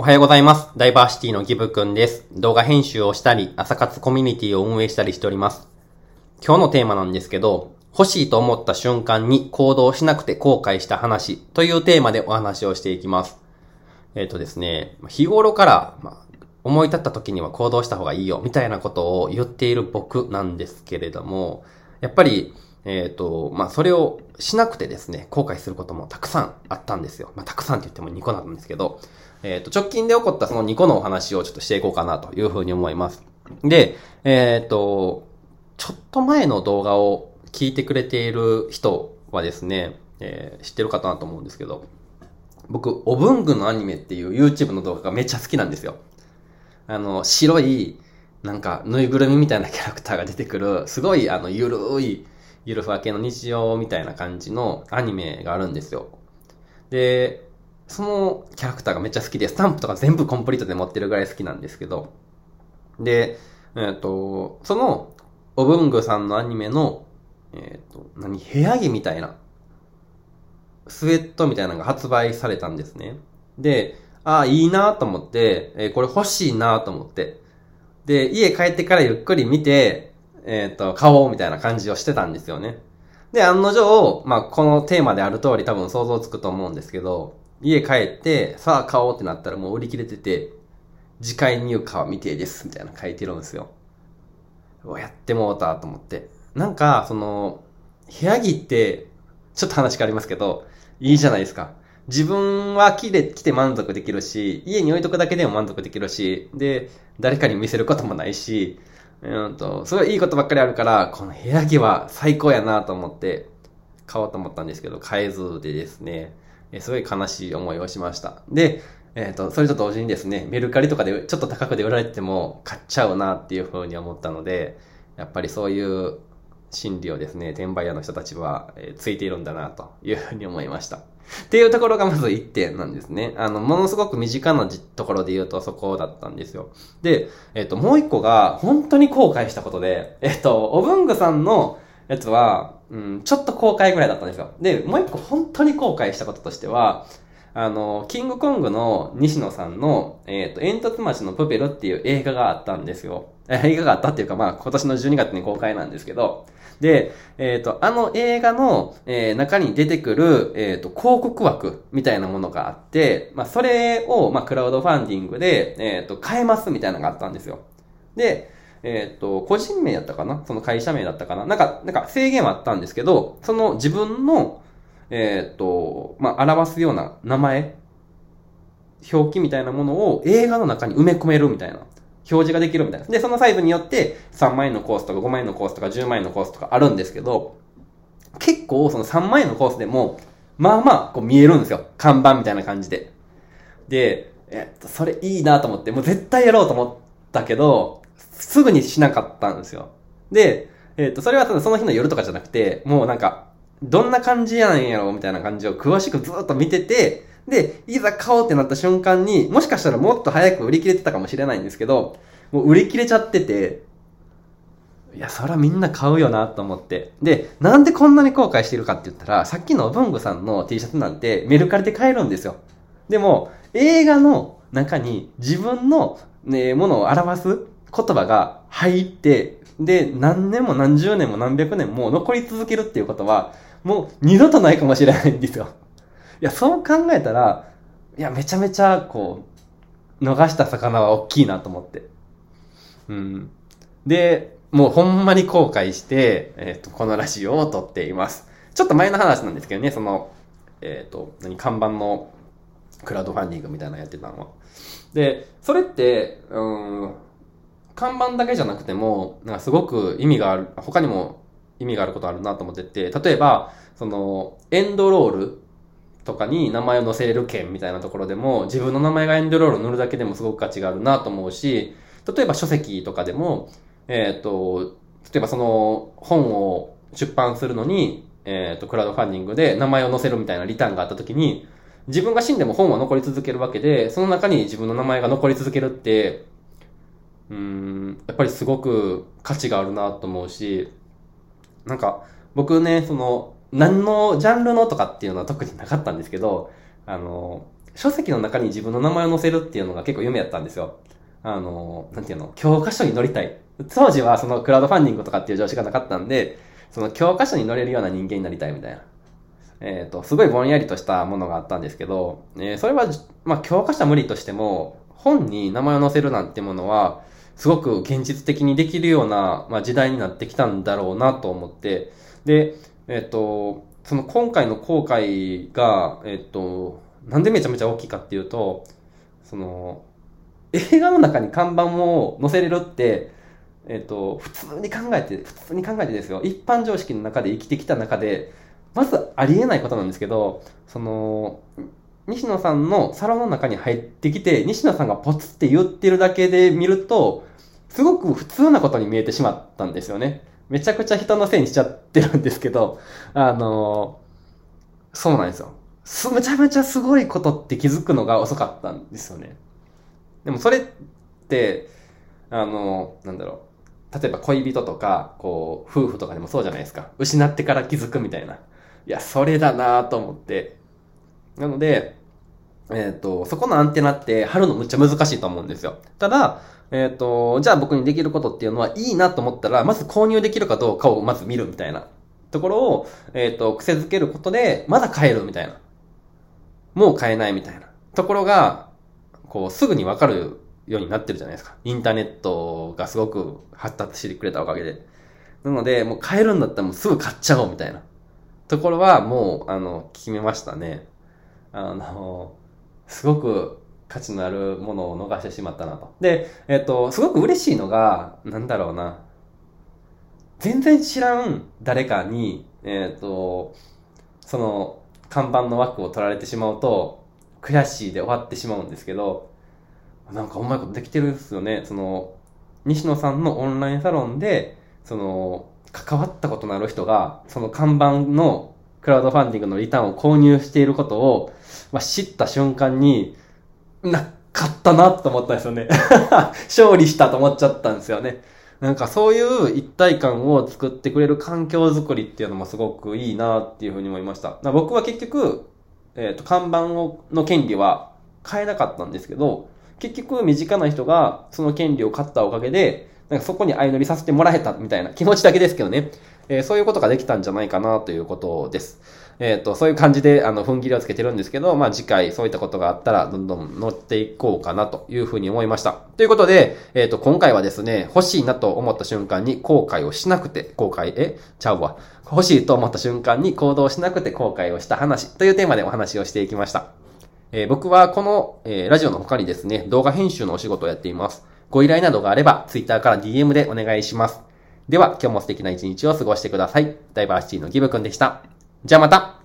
おはようございます。ダイバーシティのギブくんです。動画編集をしたり、朝活コミュニティを運営したりしております。今日のテーマなんですけど、欲しいと思った瞬間に行動しなくて後悔した話というテーマでお話をしていきます。ですね、日頃から、思い立った時には行動した方がいいよみたいなことを言っている僕なんですけれども、やっぱりそれをしなくてですね、後悔することもたくさんあったんですよ。たくさんって言っても2個なんですけど、直近で起こったその2個のお話をちょっとしていこうかなというふうに思います。で、ちょっと前の動画を聞いてくれている人はですね、知ってるかなと思うんですけど、僕、お文具のアニメっていう YouTube の動画がめっちゃ好きなんですよ。白い、ぬいぐるみみたいなキャラクターが出てくる、すごいゆるい、ゆるふわ系の日常みたいな感じのアニメがあるんですよ。で、そのキャラクターがめっちゃ好きで、スタンプとか全部コンプリートで持ってるぐらい好きなんですけど、で、その、お文具さんのアニメの、部屋着みたいな、スウェットみたいなのが発売されたんですね。で、いいなと思って、これ欲しいなと思って。で、家帰ってからゆっくり見て、買おうみたいな感じをしてたんですよね。で、案の定、このテーマである通り多分想像つくと思うんですけど、家帰って、さあ買おうってなったらもう売り切れてて、次回入荷は未定です、みたいな書いてるんですよ。やってもうたと思って。部屋着って、ちょっと話変わりますけど、いいじゃないですか。自分は着て満足できるし、家に置いとくだけでも満足できるし、で、誰かに見せることもないし、すごいいいことばっかりあるから、この部屋着は最高やなと思って、買おうと思ったんですけど、買えずでですね、すごい悲しい思いをしました。で、それと同時にですね、メルカリとかでちょっと高くで売られても買っちゃうなっていうふうに思ったので、やっぱりそういう心理をですね、転売屋の人たちは、ついているんだなというふうに思いました。っていうところがまず1点なんですね。ものすごく身近なところで言うとそこだったんですよ。で、もう1個が本当に後悔したことで、お文具さんのやつは、ちょっと後悔ぐらいだったんですよ。で、もう1個本当に後悔したこととしては、キングコングの西野さんの、煙突町のプペルっていう映画があったんですよ。映画があったっていうか、今年の12月に公開なんですけど、で、あの映画の、中に出てくる、広告枠みたいなものがあって、それを、クラウドファンディングで、買えますみたいなのがあったんですよ。で、個人名だったかなその会社名だったかななんか制限はあったんですけど、その自分の、表すような名前、表記みたいなものを映画の中に埋め込めるみたいな。表示ができるみたいな。で、そのサイズによって3万円のコースとか5万円のコースとか10万円のコースとかあるんですけど、結構その3万円のコースでも、こう見えるんですよ。看板みたいな感じで。で、それいいなと思って、もう絶対やろうと思ったけど、すぐにしなかったんですよ。で、それはその日の夜とかじゃなくて、もうどんな感じやなんやろみたいな感じを詳しくずっと見てて、で、いざ買おうってなった瞬間に、もしかしたらもっと早く売り切れてたかもしれないんですけど、もう売り切れちゃってて、いや、そらみんな買うよなと思って。で、なんでこんなに後悔してるかって言ったら、さっきの文具さんの T シャツなんてメルカリで買えるんですよ。でも、映画の中に自分のね、ものを表す言葉が入って、で、何年も何十年も何百年も残り続けるっていうことは、もう二度とないかもしれないんですよ。いや、そう考えたら、いや、めちゃめちゃ、逃した魚は大きいなと思って。で、もうほんまに後悔して、このラジオを撮っています。ちょっと前の話なんですけどね、看板のクラウドファンディングみたいなのやってたのは。で、それって、看板だけじゃなくても、すごく意味がある、他にも意味があることあるなと思ってて、例えば、エンドロールとかに名前を載せれる券みたいなところでも、自分の名前がエンドロールを塗るだけでもすごく価値があるなと思うし、例えば書籍とかでも、例えばその本を出版するのに、クラウドファンディングで名前を載せるみたいなリターンがあった時に、自分が死んでも本は残り続けるわけで、その中に自分の名前が残り続けるって、やっぱりすごく価値があるなと思うし、僕ね、何のジャンルのとかっていうのは特になかったんですけど、 書籍の中に自分の名前を載せるっていうのが結構夢やったんですよ。なんていうの、教科書に載りたい。当時はそのクラウドファンディングとかっていう常識がなかったんで、その教科書に載れるような人間になりたいみたいな。すごいぼんやりとしたものがあったんですけど、それは、まあ、教科書は無理としても、本に名前を載せるなんてものは、すごく現実的にできるような、まあ、時代になってきたんだろうなと思って、で、その今回の後悔が、なんでめちゃめちゃ大きいかっていうと、その、映画の中に看板を載せれるって、普通に考えてですよ。一般常識の中で生きてきた中で、まずありえないことなんですけど、その、西野さんのサロンの中に入ってきて、西野さんがポツって言ってるだけで見ると、すごく普通なことに見えてしまったんですよね。めちゃくちゃ人のせいにしちゃってるんですけど、そうなんですよ。めちゃめちゃすごいことって気づくのが遅かったんですよね。でもそれって、なんだろう。例えば恋人とか、こう、夫婦とかでもそうじゃないですか。失ってから気づくみたいな。いや、それだなぁと思って。なので、そこのアンテナって張るのむっちゃ難しいと思うんですよ。ただ、じゃあ僕にできることっていうのは、いいなと思ったら、まず購入できるかどうかをまず見るみたいなところを、癖づけることで、まだ買えるみたいな。もう買えないみたいなところが、こう、すぐにわかるようになってるじゃないですか。インターネットがすごく発達してくれたおかげで。なので、もう買えるんだったらもうすぐ買っちゃおうみたいなところはもう、決めましたね。すごく価値のあるものを逃してしまったなと。で、すごく嬉しいのが、なんだろうな。全然知らん誰かに、その、看板の枠を取られてしまうと、悔しいで終わってしまうんですけど、なんかうまいことできてるんですよね。その、西野さんのオンラインサロンで、その、関わったことのある人が、その看板のクラウドファンディングのリターンを購入していることを、知った瞬間に、勝ったなと思ったんですよね。勝利したと思っちゃったんですよね。なんかそういう一体感を作ってくれる環境づくりっていうのもすごくいいなっていうふうに思いました。僕は結局、看板の権利は買えなかったんですけど、結局身近な人がその権利を買ったおかげで、なんかそこに相乗りさせてもらえたみたいな気持ちだけですけどね。そういうことができたんじゃないかなということです。そういう感じで、踏ん切りをつけてるんですけど、次回そういったことがあったら、どんどん乗っていこうかなというふうに思いました。ということで、今回はですね、欲しいなと思った瞬間に後悔をしなくて、欲しいと思った瞬間に行動しなくて後悔をした話というテーマでお話をしていきました。僕はこの、ラジオの他にですね、動画編集のお仕事をやっています。ご依頼などがあれば、Twitter から DM でお願いします。では、今日も素敵な一日を過ごしてください。ダイバーシティのギブくんでした。じゃあまた